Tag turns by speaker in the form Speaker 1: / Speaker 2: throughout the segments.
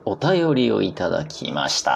Speaker 1: お便りをいただきました。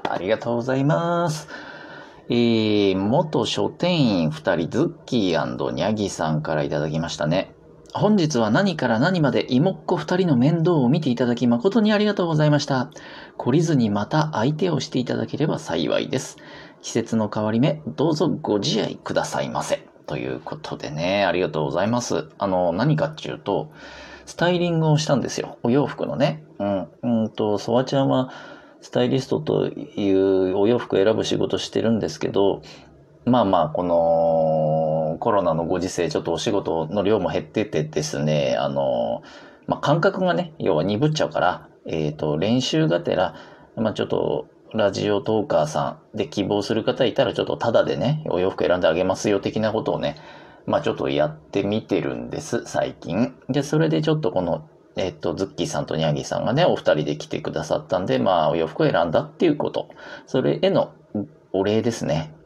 Speaker 1: ありがとうございます。元書店員2人、ズッキーニャギさんからいただきましたね。本日は何から何まで妹っ子2人の面倒を見ていただき誠にありがとうございました。懲りずにまた相手をしていただければ幸いです。季節の変わり目、どうぞご自愛くださいませ。ということでね、ありがとうございます。何かっていうと、スタイリングをしたんですよ。お洋服のね。ソワちゃんはスタイリストというお洋服を選ぶ仕事してるんですけど、このコロナのご時世、ちょっとお仕事の量も減っててですね、感覚がね、要は鈍っちゃうから、練習がてら、ちょっと、ラジオトーカーさんで希望する方いたら、ちょっとタダでね、お洋服選んであげますよ、的なことをね、ちょっとやってみてるんです、最近。で、それでちょっとこの、ズッキーさんとニャギーさんがね、お二人で来てくださったんで、お洋服を選んだっていうこと。それへのお礼ですね。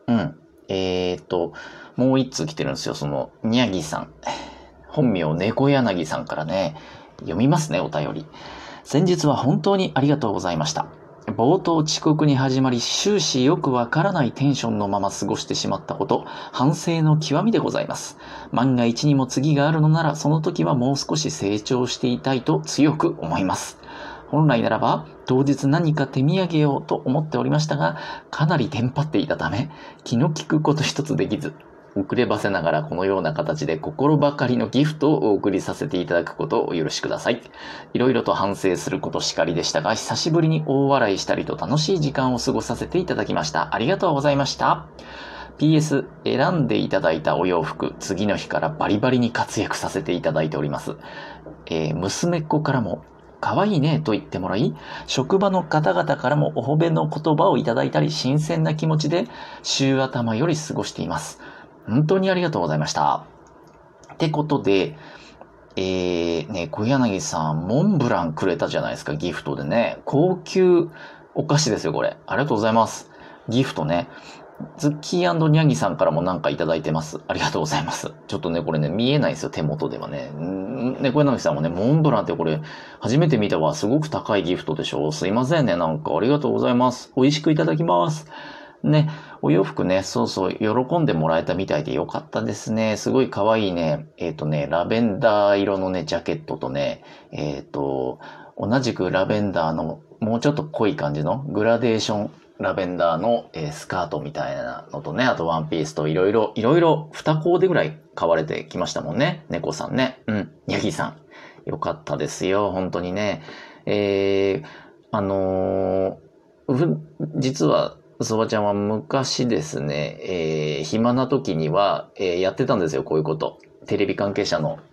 Speaker 1: もう一通来てるんですよ、その、ニャギーさん。本名、猫柳さんからね、読みますね、お便り。先日は本当にありがとうございました。冒頭遅刻に始まり終始よくわからないテンションのまま過ごしてしまったこと、反省の極みでございます。万が一にも次があるのならその時はもう少し成長していたいと強く思います。本来ならば当日何か手土産をと思っておりましたが、かなりテンパっていたため気の利くこと一つできず、遅ればせながらこのような形で心ばかりのギフトをお送りさせていただくことをお許しください。いろいろと反省することしかりでしたが、久しぶりに大笑いしたりと楽しい時間を過ごさせていただきました。ありがとうございました。PS、選んでいただいたお洋服、次の日からバリバリに活躍させていただいております。娘っ子からも、可愛いねと言ってもらい、職場の方々からもお褒めの言葉をいただいたり、新鮮な気持ちで週頭より過ごしています。本当にありがとうございました。ってことで、小柳さん、モンブランくれたじゃないですか、ギフトでね。高級お菓子ですよ、これ。ありがとうございます。ギフトね。ズッキーニャギさんからもなんかいただいてます。ありがとうございます。ちょっとね、これね、見えないんですよ、手元ではね。小柳さんもね、モンブランってこれ、初めて見たわ。すごく高いギフトでしょ。すいませんね、なんかありがとうございます。美味しくいただきます。ね、お洋服ね、そうそう、喜んでもらえたみたいでよかったですね。すごい可愛いね、ラベンダー色のね、ジャケットとね、同じくラベンダーの、もうちょっと濃い感じのグラデーションラベンダーの、スカートみたいなのとね、あとワンピースといろいろ2コーデぐらい買われてきましたもんね。猫さんね。ヤギさん。よかったですよ、本当にね。実は、そばちゃんは昔ですね、暇な時には、やってたんですよ、こういうこと。テレビ関係者の。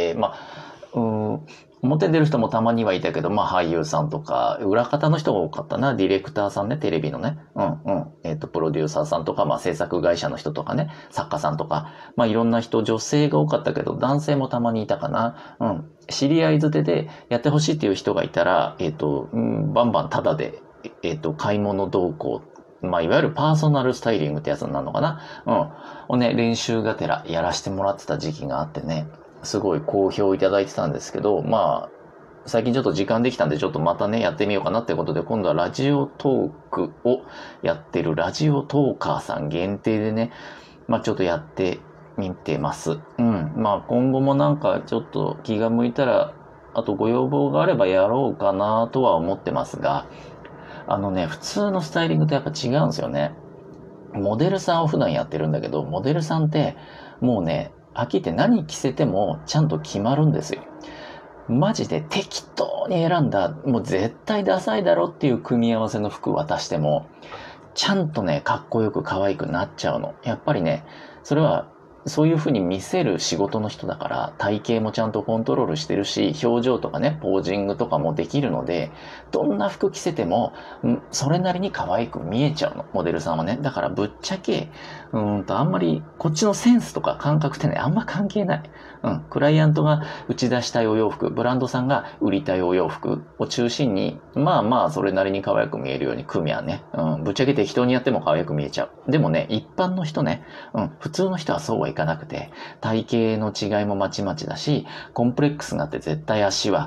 Speaker 1: 表に出る人もたまにはいたけど、俳優さんとか、裏方の人が多かったな、ディレクターさんね、テレビのね。プロデューサーさんとか、制作会社の人とかね、作家さんとか、いろんな人、女性が多かったけど、男性もたまにいたかな。知り合いづてでやってほしいっていう人がいたら、バンバンタダで、買い物同行、いわゆるパーソナルスタイリングってやつになるのかな。をね、練習がてらやらせてもらってた時期があってね、すごい好評いただいてたんですけど、最近ちょっと時間できたんで、ちょっとまたね、やってみようかなってことで、今度はラジオトークをやってるラジオトーカーさん限定でね、ちょっとやってみてます。今後もなんかちょっと気が向いたら、あとご要望があればやろうかなとは思ってますが、普通のスタイリングとやっぱ違うんですよね。モデルさんを普段やってるんだけど、モデルさんってもうね、はっきり言って何着せてもちゃんと決まるんですよ。マジで適当に選んだ、もう絶対ダサいだろっていう組み合わせの服渡しても、ちゃんとね、かっこよく可愛くなっちゃうの。やっぱりね、それはそういう風に見せる仕事の人だから、体型もちゃんとコントロールしてるし、表情とかね、ポージングとかもできるので、どんな服着せても、それなりに可愛く見えちゃうの、モデルさんはね。だからぶっちゃけ、あんまり、こっちのセンスとか感覚ってね、あんま関係ない。クライアントが打ち出したいお洋服、ブランドさんが売りたいお洋服を中心に、それなりに可愛く見えるように組みはね、ぶっちゃけ適当にやっても可愛く見えちゃう。でもね、一般の人ね、普通の人はそうはいかなくて、体型の違いもまちまちだし、コンプレックスがあって絶対足は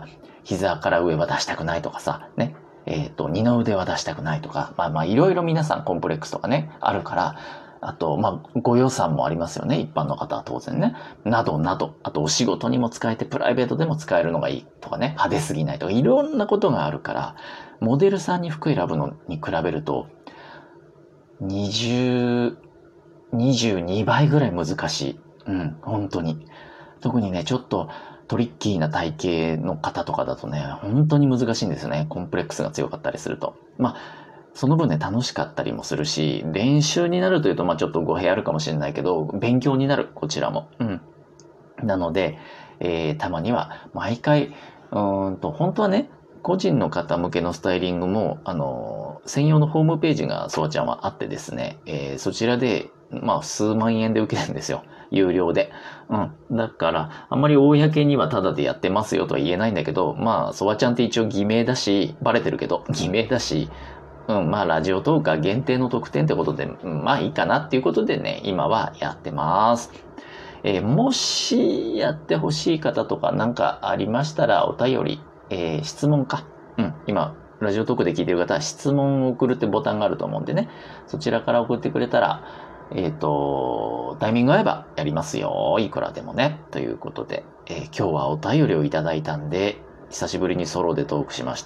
Speaker 1: 膝から上は出したくないとかさ、ね。二の腕は出したくないとか、いろいろ皆さんコンプレックスとかね、あるから、あと、ご予算もありますよね。一般の方は当然ね。などなど。あと、お仕事にも使えて、プライベートでも使えるのがいいとかね。派手すぎないとか、いろんなことがあるから、モデルさんに服選ぶのに比べると、22倍ぐらい難しい。本当に。特にね、ちょっとトリッキーな体型の方とかだとね、本当に難しいんですよね。コンプレックスが強かったりすると。その分ね、楽しかったりもするし、練習になるというと、ちょっと語弊あるかもしれないけど、勉強になる、こちらも。なので、たまには、毎回、本当はね、個人の方向けのスタイリングも、専用のホームページがソワちゃんはあってですね、そちらで、数万円で受けるんですよ。有料で。だから、あんまり公にはタダでやってますよとは言えないんだけど、ソワちゃんって一応偽名だし、バレてるけど、偽名だし、ラジオトーカー限定の特典ってことで、いいかなっていうことでね、今はやってます。もしやってほしい方とかなんかありましたらお便り、質問か。今、ラジオトークで聞いてる方は質問を送るってボタンがあると思うんでね、そちらから送ってくれたら、タイミング合えばやりますよ。いくらでもね。ということで、今日はお便りをいただいたんで、久しぶりにソロでトークしました。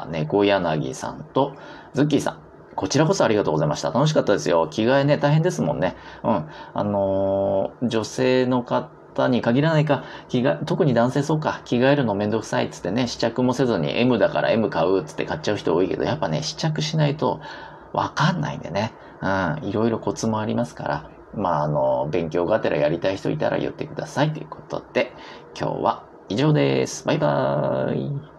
Speaker 1: 猫柳さんとズッキーさん。こちらこそありがとうございました。楽しかったですよ。着替えね、大変ですもんね。女性の方に限らないか、特に男性そうか、着替えるのめんどくさいっつってね、試着もせずに M だから M 買うっつって買っちゃう人多いけど、やっぱね、試着しないとわかんないんでね。いろいろコツもありますから、勉強がてらやりたい人いたら言ってくださいということで、今日は以上です。バイバーイ。